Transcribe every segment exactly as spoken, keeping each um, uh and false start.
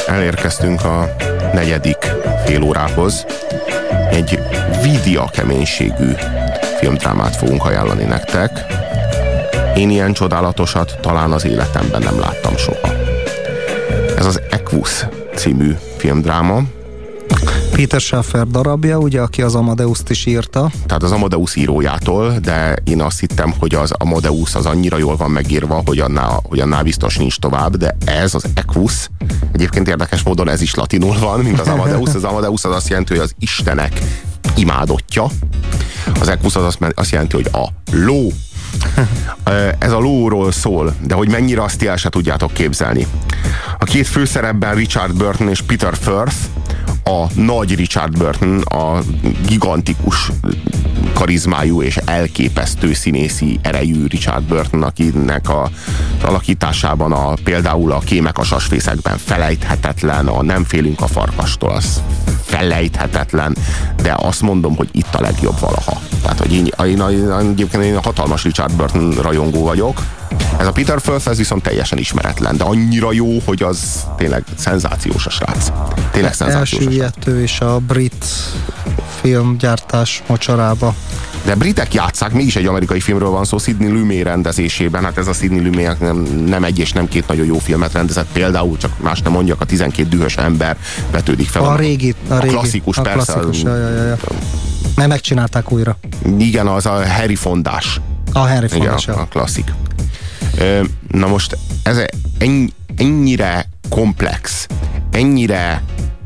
elérkeztünk a negyedik fél órához. Egy vidia keménységű filmdrámát fogunk ajánlani nektek. Én ilyen csodálatosat talán az életemben nem láttam soha. Ez az Equus című filmdráma. Peter Schaffer darabja, ugye, aki az Amadeust is írta. Tehát az Amadeus írójától, de én azt hittem, hogy az Amadeus az annyira jól van megírva, hogy annál, hogy annál biztos nincs tovább, de ez az Equus, egyébként érdekes módon ez is latinul van, mint az Amadeus. Az Amadeus az azt jelenti, hogy az istenek imádottja. Az Equus az azt, azt jelenti, hogy a ló. Ez a lóról szól, de hogy mennyire, azt el se tudjátok képzelni. A két főszerepben Richard Burton és Peter Firth, a nagy Richard Burton, a gigantikus karizmájú és elképesztő színészi erejű Richard Burton, akinek a, az alakításában a, például a Kémek a sasfészekben felejthetetlen, a Nem félünk a farkastól, az felejthetetlen, de azt mondom, hogy itt a legjobb valaha. Tehát, hogy én, én, én, egyébként én a hatalmas Richard Burton rajongó vagyok. Ez a Peter Firth, ez viszont teljesen ismeretlen, de annyira jó, hogy az tényleg szenzációs a srác. Tényleg szenzációs a srác. Elsüllyedő is a brit filmgyártás mocsarába. De britek játsszák, mégis egy amerikai filmről van szó, Sidney Lumet rendezésében. Hát ez a Sidney Lumet nem, nem egy és nem két nagyon jó filmet rendezett, például, csak más nem mondjak, a tizenkét dühös ember vetődik fel. A régi, a, a régi, klasszikus, a persze. Klasszikus, ja, ja, ja. Mert megcsinálták újra. Igen, az a Harry Fondás. A Harry Fondás, igen, a, a klasszik. Na most ez ennyire komplex, ennyire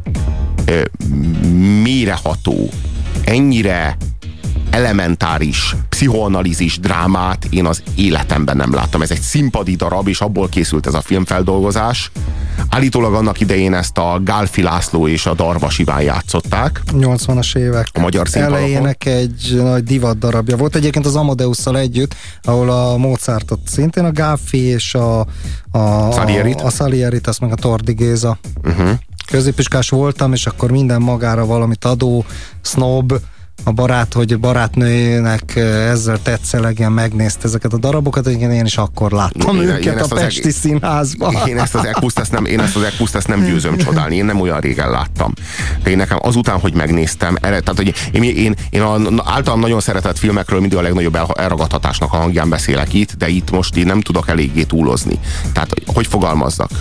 mélyreható, ennyire elementáris pszichoanalízis drámát én az életemben nem láttam. Ez egy színpadi darab, és abból készült ez a filmfeldolgozás. Állítólag annak idején ezt a Gálfi László és a Darvas Iván játszották. nyolcvanas évek a magyar színpadon. Elejének egy nagy divat darabja volt. Egyébként az Amadeusszal együtt, ahol a Mozartot szintén a Gálfi és a a Salierit, a, a Salierit, azt meg a Tordi Géza. Uh-huh. Középiskás voltam, és akkor minden magára valamit adó, snob, a barát, hogy barátnőjének ezzel tetszelegjen, megnézte ezeket a darabokat, én, én is akkor láttam én, őket én a Pesti eg... színházban. Én ezt az Equust ezt nem, én ezt az Equust ezt nem győzöm csodálni, én nem olyan régen láttam. De én nekem azután, hogy megnéztem, erre, tehát hogy én, én, én a, általán nagyon szeretett filmekről mindig a legnagyobb elragadtatásnak a hangján beszélek itt, de itt most én nem tudok eléggé túlozni. Tehát, hogy fogalmazzak?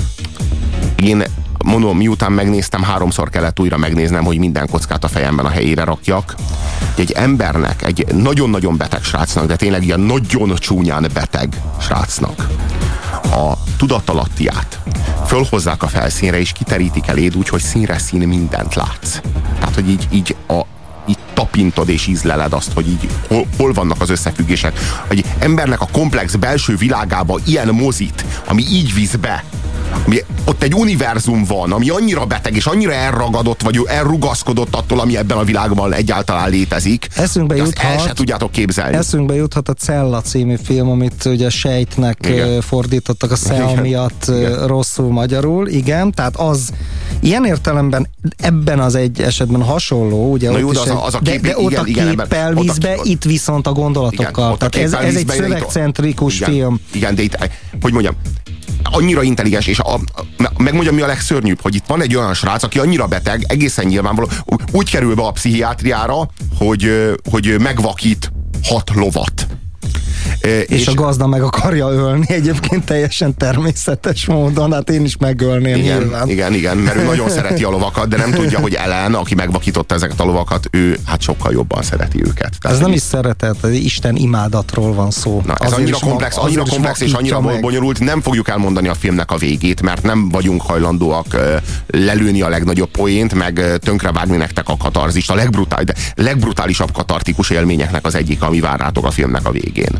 Én mondom, miután megnéztem, háromszor kellett újra megnéznem, hogy minden kockát a fejemben a helyére rakjak. Egy embernek, egy nagyon-nagyon beteg srácnak, de tényleg ilyen nagyon csúnyán beteg srácnak a tudatalattiát fölhozzák a felszínre, és kiterítik eléd úgy, hogy színre szín mindent látsz. Tehát, hogy így, így a így tapintod és ízleled azt, hogy így hol, hol vannak az összefüggések. Hogy embernek a komplex belső világába ilyen mozit, ami így visz be, ami, ott egy univerzum van, ami annyira beteg és annyira elragadott, vagy elrugaszkodott attól, ami ebben a világban egyáltalán létezik. Eszünkbe juthat, el se tudjátok képzelni. Eszünkbe juthat a Cella című film, amit ugye sejtnek igen. fordítottak a Cell igen. miatt igen. rosszul magyarul. Igen, tehát az ilyen értelemben ebben az egy esetben hasonló, ugye na ott jó, is az egy, a, az a de, kép, de ott igen, a képpel igen, víz be, ott, itt viszont a gondolatokkal. Igen, tehát ez, ez egy szövegcentrikus igen, film. Igen, de itt, hogy mondjam, annyira intelligens, és a, a, megmondjam, mi a legszörnyűbb, hogy itt van egy olyan srác, aki annyira beteg, egészen nyilvánvaló, úgy kerül be a pszichiátriára, hogy, hogy megvakít hat lovat. És, és a gazda meg akarja ölni egyébként teljesen természetes módon, hát én is megölném igen, nyilván. Igen, igen, mert ő nagyon szereti a lovakat, de nem tudja, hogy Ellen, aki megvakította ezeket a lovakat, ő hát sokkal jobban szereti őket. Tehát ez nem is szeretet, ez Isten imádatról van szó. Na, ez annyira komplex, annyira komplex és annyira meg. bonyolult, nem fogjuk elmondani a filmnek a végét, mert nem vagyunk hajlandóak uh, lelőni a legnagyobb poént, meg uh, tönkrevágni nektek a katarzist, a legbrutális, de legbrutálisabb katartikus élményeknek az egyik, ami vár rátok a filmnek a végén.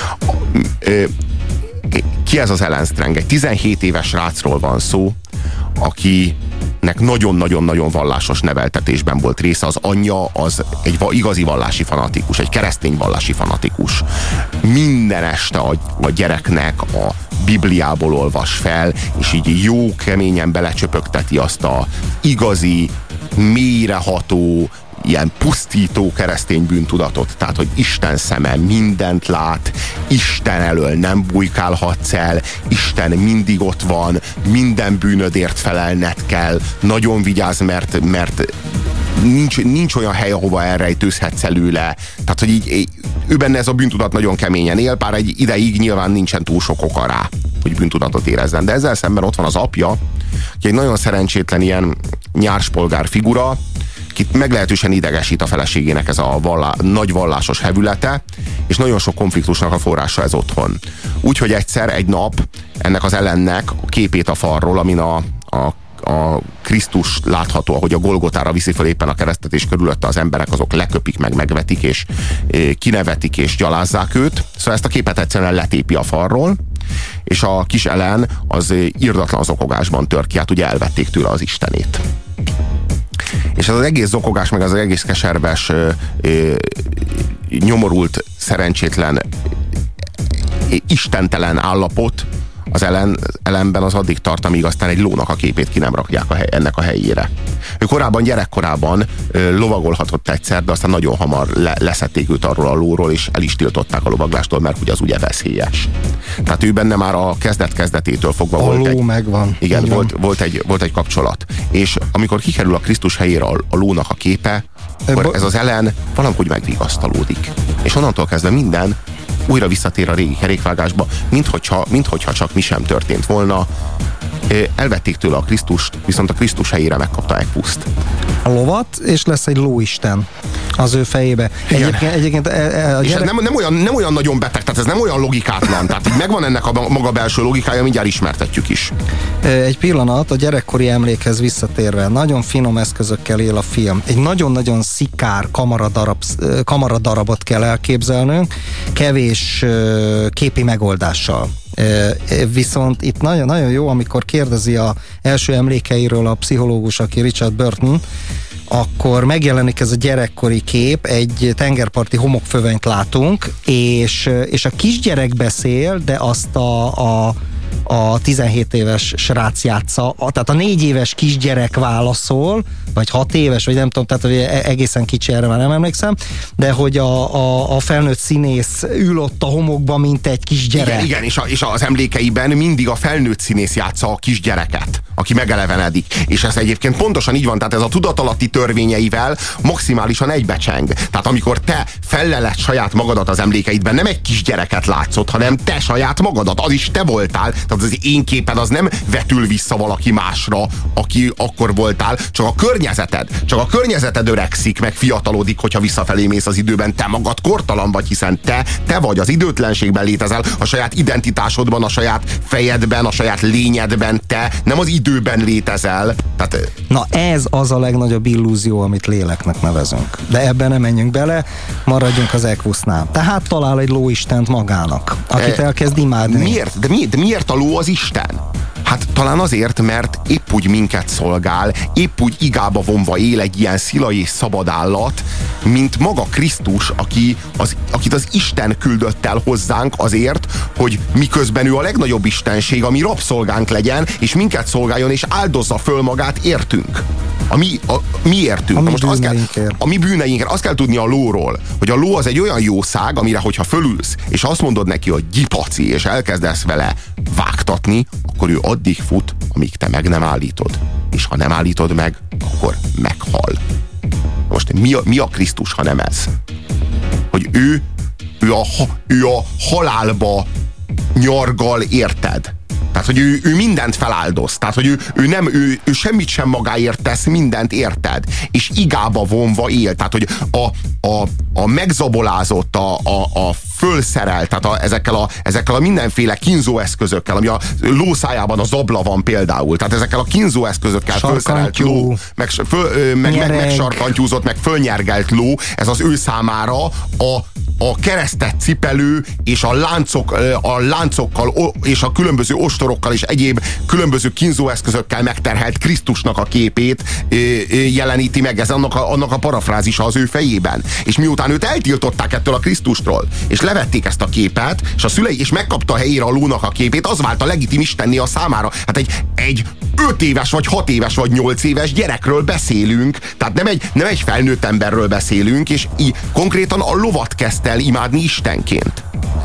Ki ez az Ellen Strang? Egy tizenhét éves srácról van szó, akinek nagyon-nagyon-nagyon vallásos neveltetésben volt része. Az anyja az egy igazi vallási fanatikus, egy keresztény vallási fanatikus. Minden este a, a gyereknek a Bibliából olvas fel, és így jó keményen belecsöpögteti azt a igazi, mélyreható, ilyen pusztító keresztény bűntudatot. Tehát, hogy Isten szeme mindent lát, Isten elől nem bujkálhatsz el, Isten mindig ott van, minden bűnödért felelned kell, nagyon vigyázz, mert, mert nincs, nincs olyan hely, ahova elrejtőzhetsz előle. Tehát, hogy így, ő benne ez a bűntudat nagyon keményen él, bár egy ideig nyilván nincsen túl sok oka rá, hogy bűntudatot érezzen. De ezzel szemben ott van az apja, aki egy nagyon szerencsétlen ilyen nyárspolgár figura, akit meglehetősen idegesít a feleségének ez a vallá, nagy vallásos hevülete, és nagyon sok konfliktusnak a forrása ez otthon. Úgyhogy egyszer, egy nap ennek az ellennek a képét a falról, amin a, a a Krisztus látható, ahogy a Golgotára viszi fel éppen a keresztet, és körülötte az emberek azok leköpik meg, megvetik, és e, kinevetik, és gyalázzák őt. Szóval ezt a képet egyszerűen letépi a falról, és a kis Ellen az irdatlan zokogásban tör ki, hát ugye elvették tőle az istenét. És ez az egész zokogás, meg az egész keserves, e, e, nyomorult, szerencsétlen, e, istentelen állapot az ellen, ellenben az addig tart, amíg aztán egy lónak a képét ki nem rakják a hely, ennek a helyére. Ő korábban, gyerekkorában ö, lovagolhatott egyszer, de aztán nagyon hamar le, leszették őt arról a lóról, és el is tiltották a lovaglástól, mert ugye az ugye veszélyes. Tehát ő benne már a kezdet-kezdetétől fogva a volt ló egy... megvan. Igen, volt, volt, egy, volt egy kapcsolat. És amikor kikerül a Krisztus helyére a, a lónak a képe, akkor ez az Ellen valahogy megvigasztalódik. És onnantól kezdve minden újra visszatér a régi kerékvágásba, minthogyha, minthogyha csak mi sem történt volna. Elvették tőle a Krisztust, viszont a Krisztus helyére megkapta Ekvuszt. A lovat, és lesz egy lóisten az ő fejébe. Egyébként, egyébként a és gyerek... ez nem, nem, olyan, nem olyan nagyon beteg, tehát ez nem olyan logikátlan, tehát így megvan ennek a maga belső logikája, mindjárt ismertetjük is. Egy pillanat, a gyerekkori emlékhez visszatérve, nagyon finom eszközökkel él a film. Egy nagyon-nagyon szikár kamaradarab, kamaradarabot kell elképzelnünk, kevés képi megoldással. Viszont itt nagyon, nagyon jó, amikor kérdezi a első emlékeiről a pszichológus, aki Richard Burton, akkor megjelenik ez a gyerekkori kép, egy tengerparti homokfövenyt látunk, és, és a kisgyerek beszél, de azt a, a a tizenhét éves srác játsza, tehát a négy éves kisgyerek válaszol, vagy hat éves, vagy nem tudom, tehát hogy egészen kicsi, erre már nem emlékszem, de hogy a, a, a felnőtt színész ül ott a homokban, mint egy kisgyerek. Igen, igen, és, a, és az emlékeiben mindig a felnőtt színész játsza a kisgyereket, aki megelevenedik. És ez egyébként pontosan így van, tehát ez a tudatalatti törvényeivel maximálisan egybecseng. Tehát amikor te felleled saját magadat az emlékeidben, nem egy kisgyereket látszott, hanem te saját magadat, az is te voltál. Tehát az én képed az nem vetül vissza valaki másra, aki akkor voltál, csak a környezeted, csak a környezeted öregszik, meg fiatalodik, hogyha visszafelé mész az időben, te magad kortalan vagy, hiszen te, te vagy, az időtlenségben létezel, a saját identitásodban, a saját fejedben, a saját lényedben, te nem az időben létezel. Tehát... Na ez az a legnagyobb illúzió, amit léleknek nevezünk. De ebben nem menjünk bele, maradjunk az Ekvusznál. Tehát talál egy lóistent magának, akit elkezd imádni. Miért? De miért, de miért a ló az Isten? Hát talán azért, mert épp úgy minket szolgál, épp úgy igába vonva él egy ilyen szila és szabad állat, mint maga Krisztus, aki az, akit az Isten küldött el hozzánk azért, hogy miközben ő a legnagyobb istenség, ami rabszolgánk legyen, és minket szolgáljon, és áldozza föl magát értünk. A mi, a, mi értünk. A mi most azt kell, bűneinkért. a mi bűneinkért. Azt kell tudni a lóról, hogy a ló az egy olyan jószág, amire, hogyha fölülsz, és azt mondod neki, hogy gyipaci, és elkezdesz vele vágtatni, akkor ő addig fut, amíg te meg nem állítod. És ha nem állítod meg, akkor meghal. Most mi a, mi a Krisztus, ha nem ez? Hogy ő, ő, a, ő a halálba nyargal, érted? Tehát, hogy ő, ő mindent feláldoz. Tehát, hogy ő, ő, nem, ő, ő semmit sem magáért tesz, mindent érted. És igába vonva él. Tehát, hogy a, a, a megzabolázott, a, a, a fölszerelt, tehát a, ezekkel, a, ezekkel a mindenféle kínzóeszközökkel, ami a ló szájában a zabla van például. Tehát ezekkel a kínzóeszközökkel fölszerelt ló, meg, föl, meg, meg, meg sarkantyúzott, meg fölnyergelt ló, ez az ő számára a a keresztet cipelő és a, láncok, a láncokkal és a különböző ostorokkal és egyéb különböző kínzóeszközökkel megterhelt Krisztusnak a képét jeleníti meg. Ez annak a, annak a parafrázisa az ő fejében. És miután őt eltiltották ettől a Krisztustról, és levették ezt a képet, és a szülei, és megkapta a helyére a lónak a képét, az vált a legitim istenné a számára. Hát egy, egy öt éves, vagy hat éves, vagy nyolc éves gyerekről beszélünk, tehát nem egy, nem egy felnőtt emberről beszélünk, és így konkrétan a lovat kezdte el imádni istenként.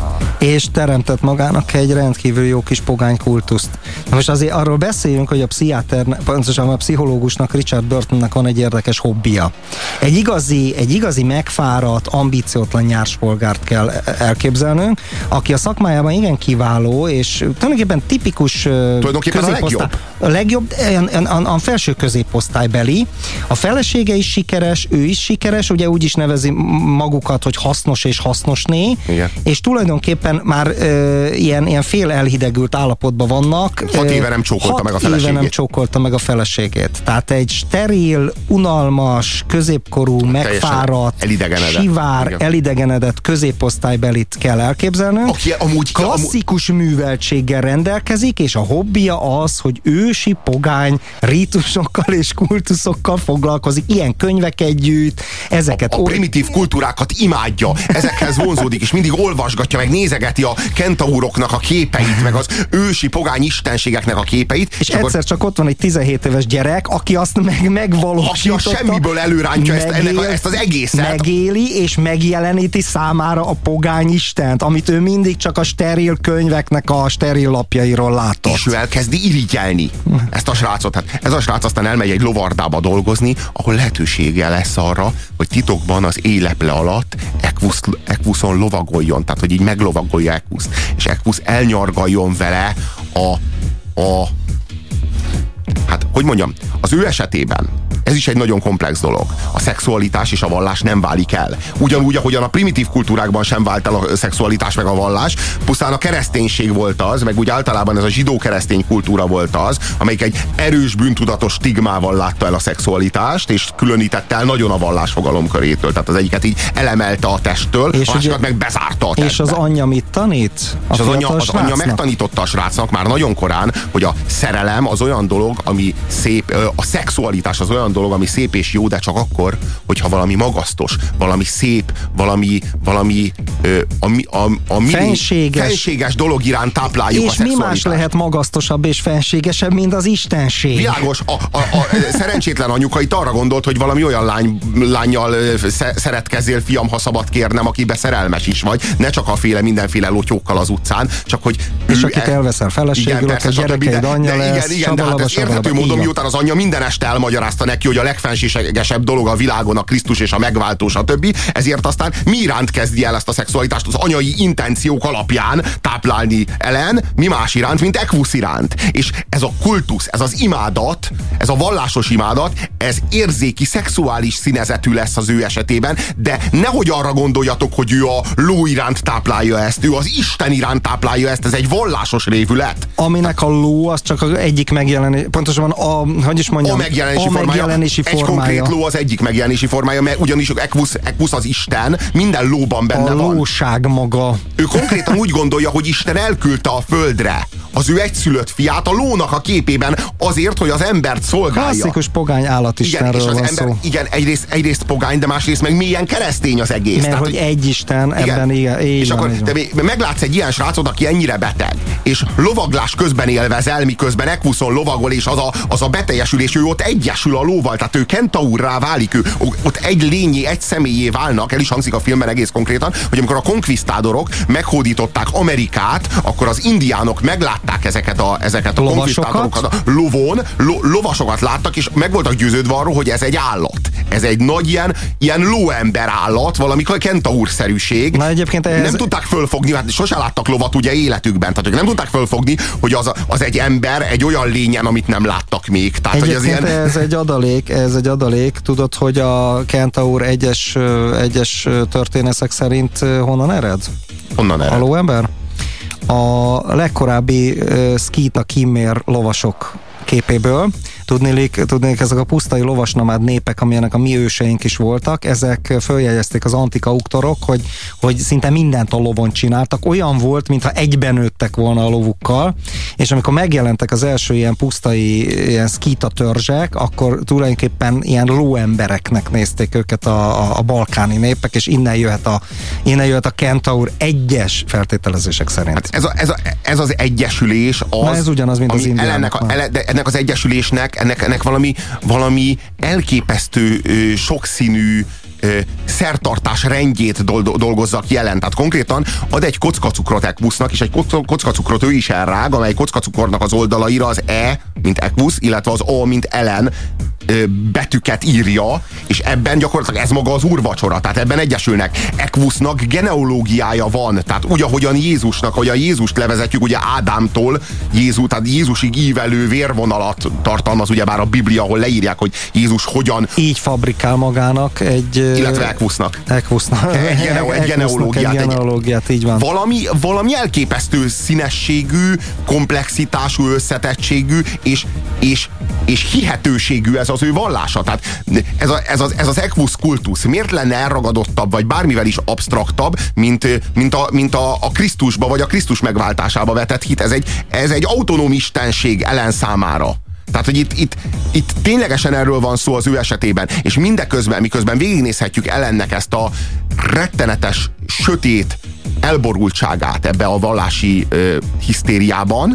És teremtett magának egy rendkívül jó kis pogány kultuszt. Na most azért arról beszéljünk, hogy a pszichiáter, pontosan a pszichológusnak, Richard Burtonnak van egy érdekes hobbija. Egy igazi, egy igazi megfáradt, ambíciótlan nyárspolgárt kell elképzelnünk, aki a szakmájában igen kiváló, és tulajdonképpen tipikus tulajdonképpen a legjobb. A legjobb, a, a, a felső középosztálybeli. A felesége is sikeres, ő is sikeres, ugye úgy is nevezi magukat, hogy hasznos és hasznosné, igen. És tulajdonképpen már ö, ilyen, ilyen fél elhidegült állapotban vannak. Hat éve nem csókolta meg a feleségét. Hat éve nem csókolta meg a feleségét. Tehát egy steril, unalmas, középkorú, megfáradt, sivár, igen. elidegenedett középosztálybelit kell elképzelnünk. Aki amúgy klasszikus amúgy... műveltséggel rendelkezik, és a hobbija az, hogy ősi pogány rítusokkal és kultuszokkal foglalkozik, ilyen könyveket gyűjt, ezeket... A, a primitív kultúrákat imádja, ezekhez vonzódik, és mindig olvasgatja, meg nézegeti a kentauroknak a képeit, meg az ősi pogány istenségeknek a képeit. És egyszer akkor... csak ott van egy tizenhét éves gyerek, aki azt meg megvalósította. Aki a semmiből előrántja megél, ezt, ennek a, ezt az egészet. Megéli, és megjeleníti számára a pogány istent, amit ő mindig csak a steril könyveknek a steril lapjairól látott. És ő elkezdi irigyelni ezt a srácot. Hát ez a srác aztán elmegy egy lovardába dolgozni, ahol lehetősége lesz arra, hogy titokban az éleple alatt Equus, Equuson lovagoljon, tehát hogy így meglovagolja Equust, és Equus elnyargaljon vele a, a hát, hogy mondjam, az ő esetében ez is egy nagyon komplex dolog. A szexualitás és a vallás nem válik el. Ugyanúgy, ahogyan a primitív kultúrákban sem vált el a szexualitás meg a vallás, pusztán a kereszténység volt az, meg úgy általában ez a zsidó-keresztény kultúra volt az, amelyik egy erős bűntudatos stigmával látta el a szexualitást, és különítette el nagyon a vallásfogalom körétől. Tehát az egyiket így elemelte a testtől, és a másikat meg bezárta a testbe. És az anyja mit tanít? És az anyja, az anyja megtanította a srácnak már nagyon korán, hogy a szerelem az olyan dolog, ami szép, a szexualitás az olyan dolog, ami szép és jó, de csak akkor, hogyha valami magasztos, valami szép, valami, valami ö, a, a, a mi, fenséges. fenséges dolog iránt tápláljuk és a szexualitást. És mi más lehet magasztosabb és fenségesebb, mint az istenség? Világos, a, a, a szerencsétlen anyuka itt arra gondolt, hogy valami olyan lány, lánnyal szeretkezzél, fiam, ha szabad kérnem, akibe szerelmes is vagy, ne csak a féle mindenféle lotyókkal az utcán, csak hogy és akit e, elveszel feleségül, a gyerekeid anyja lesz, igen, igen, de hát ez érthető módon, miután az anyja minden este elmagyarázta neki, hogy a legfenségesebb dolog a világon a Krisztus és a megváltó, stb. Ezért aztán mi iránt kezdi el ezt a szexualitást az anyai intenciók alapján táplálni Ellen, mi más iránt, mint Equus iránt. És ez a kultusz, ez az imádat, ez a vallásos imádat, ez érzéki, szexuális színezetű lesz az ő esetében, de nehogy arra gondoljatok, hogy ő a ló iránt táplálja ezt, ő az Isten iránt táplálja ezt, ez egy vallásos révület. Aminek a ló az csak az egyik megjelenés, pontosan a, hogy is mondjam, a megjelenési a formája. Megjelenési egy formája. konkrét ló az egyik megjelenési formája, mert ugyanis Equus, Equus az Isten, minden lóban benne a van. A lóság maga. Ő konkrétan úgy gondolja, hogy Isten elküldte a földre az ő egyszülött fiát a lónak a képében azért, hogy az embert szolgálja. Klasszikus pogány állatistenről igen, és az van ember, szó. Igen, egyrészt, egyrészt pogány, de másrészt meg mélyen keresztény az egész. Mert Tehát, hogy egy Isten, igen, ebben igen, és van, akkor te meglátsz egy ilyen srácot, aki ennyire beteg, és lovaglás közben élvezel, miközben Equuson lovagol, és az a, az a beteljesülés, ő ott egyesül a lóval, tehát ő kentaurrá válik, ő ott egy lényé, egy személyé válnak, el is hangzik a filmben egész konkrétan, hogy amikor a konkvisztádorok meghódították Amerikát, akkor az indiánok meglátták ezeket a, ezeket a konkvisztádorokat, a lovon, lo, lovasokat láttak, és meg voltak győződve arról, hogy ez egy állat. Ez egy nagy ilyen, ilyen lóember állat, valamikor kentaurszerűség. Na egyébként ez... Nem tudták fölfogni, hát sose láttak lovat ugye életükben, tehát ők nem tudták fölfogni, hogy az, az egy ember, egy olyan lényen, amit nem láttak még. Tehát, hogy ez, ilyen... ez egy adalék, ez egy adalék. Tudod, hogy a kentaur egyes, egyes történészek szerint honnan ered? Honnan ered? A lóember? A legkorábbi uh, Skita Kimmér lovasok képéből, Tudnélik, tudnélik, ezek a pusztai lovasnomád népek, amilyenek a mi őseink is voltak, ezek följegyezték az antikauktorok, hogy, hogy szinte mindent a lovon csináltak. Olyan volt, mintha egyben nőttek volna a lovukkal, és amikor megjelentek az első ilyen pusztai ilyen szkíta törzsek, akkor tulajdonképpen ilyen lóembereknek nézték őket a, a, a balkáni népek, és innen jöhet a, innen jöhet a kentaur egyes feltételezések szerint. Hát ez, a, ez, a, ez az egyesülés az... Na ez ugyanaz, mint az indiánok. De ennek az egyesülésnek, ennek, ennek valami, valami elképesztő, sokszínű szertartás rendjét dolgozzak jelen. Tehát konkrétan ad egy kockacukrot Equusnak, és egy kockacukrot ő is elrág, amely kockacukornak az oldalaira az E, mint Equus, illetve az O, mint Ellen betűket írja, és ebben gyakorlatilag ez maga az úrvacsora, tehát ebben egyesülnek. Equusnak genealógiája van, tehát úgy, ahogyan Jézusnak, ahogyan Jézust levezetjük, ugye Ádámtól Jézus, tehát Jézusig ívelő vérvonalat tartalmaz ugyebár a Biblia, ahol leírják, hogy Jézus hogyan... Így fabrikál magának egy... Illetve Equusnak. Equusnak. Egy, geneo, egy genealógiát. Egy genealógiát, így van. Valami, valami elképesztő színességű, komplexitású, összetettségű, és, és, és hihetőségű ez az ő vallása. Tehát ez, a, ez, az, ez az Equus kultusz miért lenne elragadottabb, vagy bármivel is absztraktabb, mint, mint, a, mint a, a Krisztusba, vagy a Krisztus megváltásába vetett hit. Ez egy, ez egy autonóm istenség Ellen számára. Tehát, hogy itt, itt, itt ténylegesen erről van szó az ő esetében, és mindeközben, miközben végignézhetjük Ellennek ezt a rettenetes, sötét elborultságát ebbe a vallási ö, hisztériában,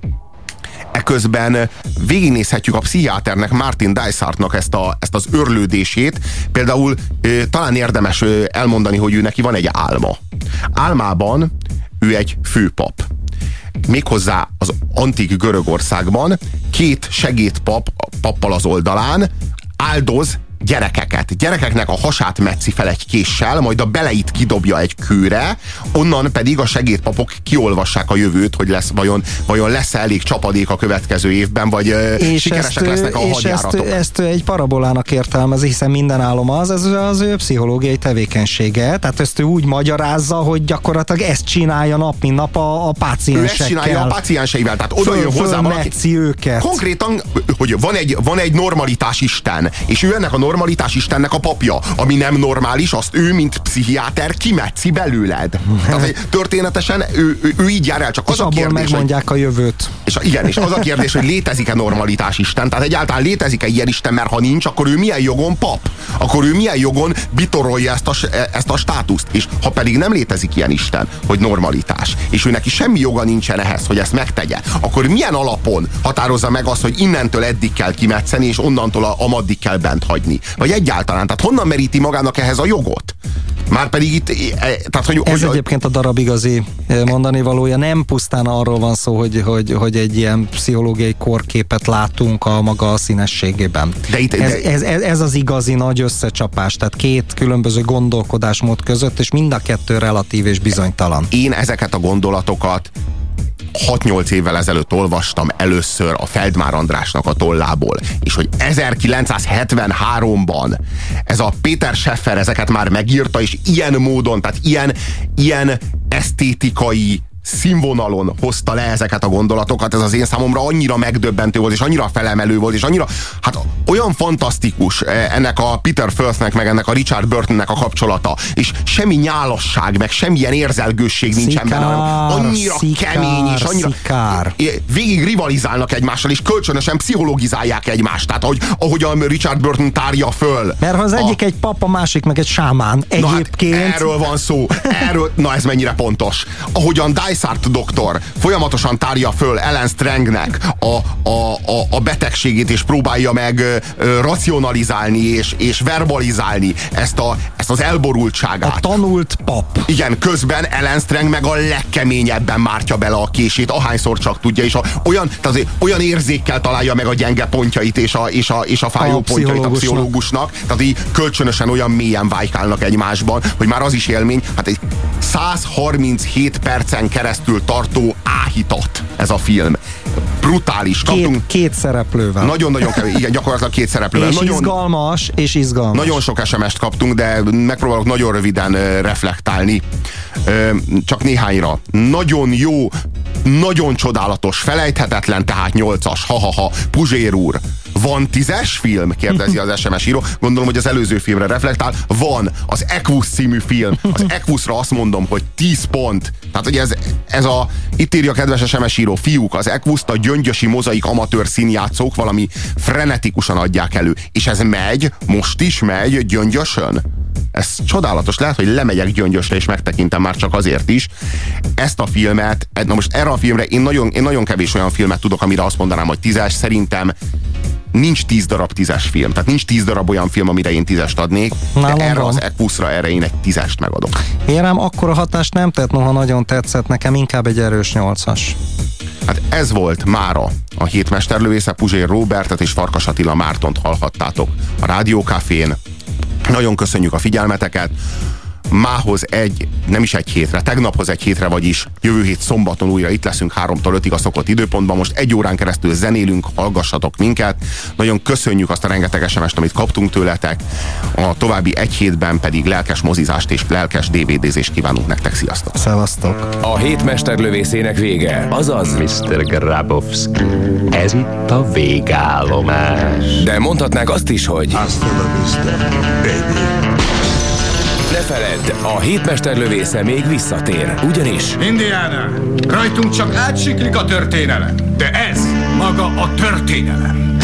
eközben végignézhetjük a pszichiáternek, Martin Dysartnak ezt, a, ezt az örlődését. Például ö, talán érdemes ö, elmondani, hogy ő neki van egy álma. Álmában ő egy főpap. Méghozzá az antik Görögországban két segédpap pappal az oldalán áldoz gyerekeket. Gyerekeknek a hasát metszi fel egy késsel, majd a beleit kidobja egy kőre, onnan pedig a segédpapok kiolvassák a jövőt, hogy lesz, vajon, vajon lesz elég csapadék a következő évben, vagy és sikeresek ezt, lesznek a és hadjáratok. És ezt, ezt egy parabolának értelmezi, hiszen minden álom az, ez az ő pszichológiai tevékenysége, tehát ezt ő úgy magyarázza, hogy gyakorlatilag ezt csinálja nap, mint nap a, a páciensekkel. Ő ezt csinálja a pácienseivel, tehát oda jön hozzá valaki. Őket. Konkrétan, hogy van egy, van egy normalitás isten, és ő ennek a normalitás istennek a papja. Ami nem normális, azt ő, mint pszichiáter kimetszi belőled. Tehát történetesen ő, ő, ő így jár el, csak az és a kérdés, megmondják hogy, a jövőt. És a, igen, és az a kérdés, hogy létezik-e normalitás isten? Tehát egyáltalán létezik-e ilyen isten, mert ha nincs, akkor ő milyen jogon pap? Akkor ő milyen jogon bitorolja ezt a, ezt a státuszt? És ha pedig nem létezik ilyen isten, hogy normalitás, és ő neki semmi joga nincsen ehhez, hogy ezt megtegye, akkor milyen alapon határozza meg azt, hogy innentől eddig kell kimetszeni, és onnantól a, amaddig kell bent hagyni? Vagy egyáltalán, tehát honnan meríti magának ehhez a jogot? Márpedig itt... Tehát, hogy, Ez hogy, egyébként a darab igazi mondani valója. Nem pusztán arról van szó, hogy, hogy, hogy egy ilyen pszichológiai korképet látunk a maga színességében. De itt, ez, de... Ez, ez, ez az igazi nagy összecsapás, tehát két különböző gondolkodásmód között, és mind a kettő relatív és bizonytalan. Én ezeket a gondolatokat hat-nyolc évvel ezelőtt olvastam először a Feldmár Andrásnak a tollából, és hogy ezerkilencszázhetvenháromban ez a Péter Scheffer ezeket már megírta, és ilyen módon, tehát ilyen, ilyen esztétikai színvonalon hozta le ezeket a gondolatokat, ez az én számomra annyira megdöbbentő volt, és annyira felemelő volt, és annyira, hát olyan fantasztikus ennek a Peter Firthnek, meg ennek a Richard Burtonnek a kapcsolata, és semmi nyálasság, meg semmilyen érzelgősség nincsen benne, hanem annyira szikár, kemény, és annyira szikár. Végig rivalizálnak egymással, és kölcsönösen pszichologizálják egymást, tehát ahogy, ahogy a Richard Burton tárja föl. Mert ha az a... egyik egy pap, a másik meg egy sámán. Egyébként... Na hát erről van szó, erről, na ez mennyire pontos. Ahogyan Dysart doktor folyamatosan tárja föl Ellen Strangnek a, a, a, a betegségét, és próbálja meg ö, racionalizálni és, és verbalizálni ezt, a, ezt az elborultságát. A tanult pap. Igen, közben Ellen Strang meg a legkeményebben mártja bele a kését, ahányszor csak tudja, és a, olyan, tehát olyan érzékkel találja meg a gyenge pontjait és a, és a, és a fájó a pontjait a pszichológusnak, tehát így kölcsönösen olyan mélyen vájkálnak egymásban, hogy már az is élmény, hát egy száz harminchét percen keresztül tartó áhítat ez a film. Brutális. Két, két szereplővel. Nagyon-nagyon kevés, igen, gyakorlatilag két szereplővel. És nagyon, izgalmas, és izgalmas. Nagyon sok es em est kaptunk, de megpróbálok nagyon röviden uh, reflektálni. Uh, csak néhányra. Nagyon jó, nagyon csodálatos, felejthetetlen, tehát nyolcas, ha-ha-ha, Puzsér úr. Van tízes film? Kérdezi az es em es író. Gondolom, hogy az előző filmre reflektál. Van. Az Equus című film. Az Equusra azt mondom, hogy tíz pont. Tehát, hogy ez, ez a... Itt írja a kedves es em es író. Fiúk, az Equust a gyöngyösi mozaik amatőr színjátszók valami frenetikusan adják elő. És ez megy, most is megy Gyöngyösön. Ez csodálatos. Lehet, hogy lemegyek Gyöngyösre, és megtekintem már csak azért is. Ezt a filmet, na most erre a filmre én nagyon, én nagyon kevés olyan filmet tudok, amire azt mondanám, hogy tízes. Szerintem nincs tíz darab tízes film. Tehát nincs tíz darab olyan film, amire én tízest adnék. Nálam de erre van. az Equusra, erre én egy tízest megadok. Én rám akkora hatást nem tett, noha nagyon tetszett, nekem inkább egy erős nyolcas. Hát ez volt mára a hét mesterlövésze. Puzsér Róbertet és Farkas Attila Mártont hallhattátok a Rádiókafén. Nagyon köszönjük a figyelmeteket. Mához egy, nem is egy hétre, tegnaphoz egy hétre, vagyis jövő hét szombaton újra itt leszünk háromtól ötig a szokott időpontban. Most egy órán keresztül zenélünk, hallgassatok minket. Nagyon köszönjük azt a rengeteg es em est, amit kaptunk tőletek. A további egy hétben pedig lelkes mozizást és lelkes dé vé dé-zést kívánunk nektek. Sziasztok! Szevasztok! A hét mesterlövészének vége, azaz miszter Grabowski, ez itt a végállomás. De mondhatnák azt is, hogy Hasta la vista, baby. ne feledd, a hét mesterlövésze még visszatér, ugyanis Indiana, rajtunk csak átsiklik a történelem, de ez maga a történelem.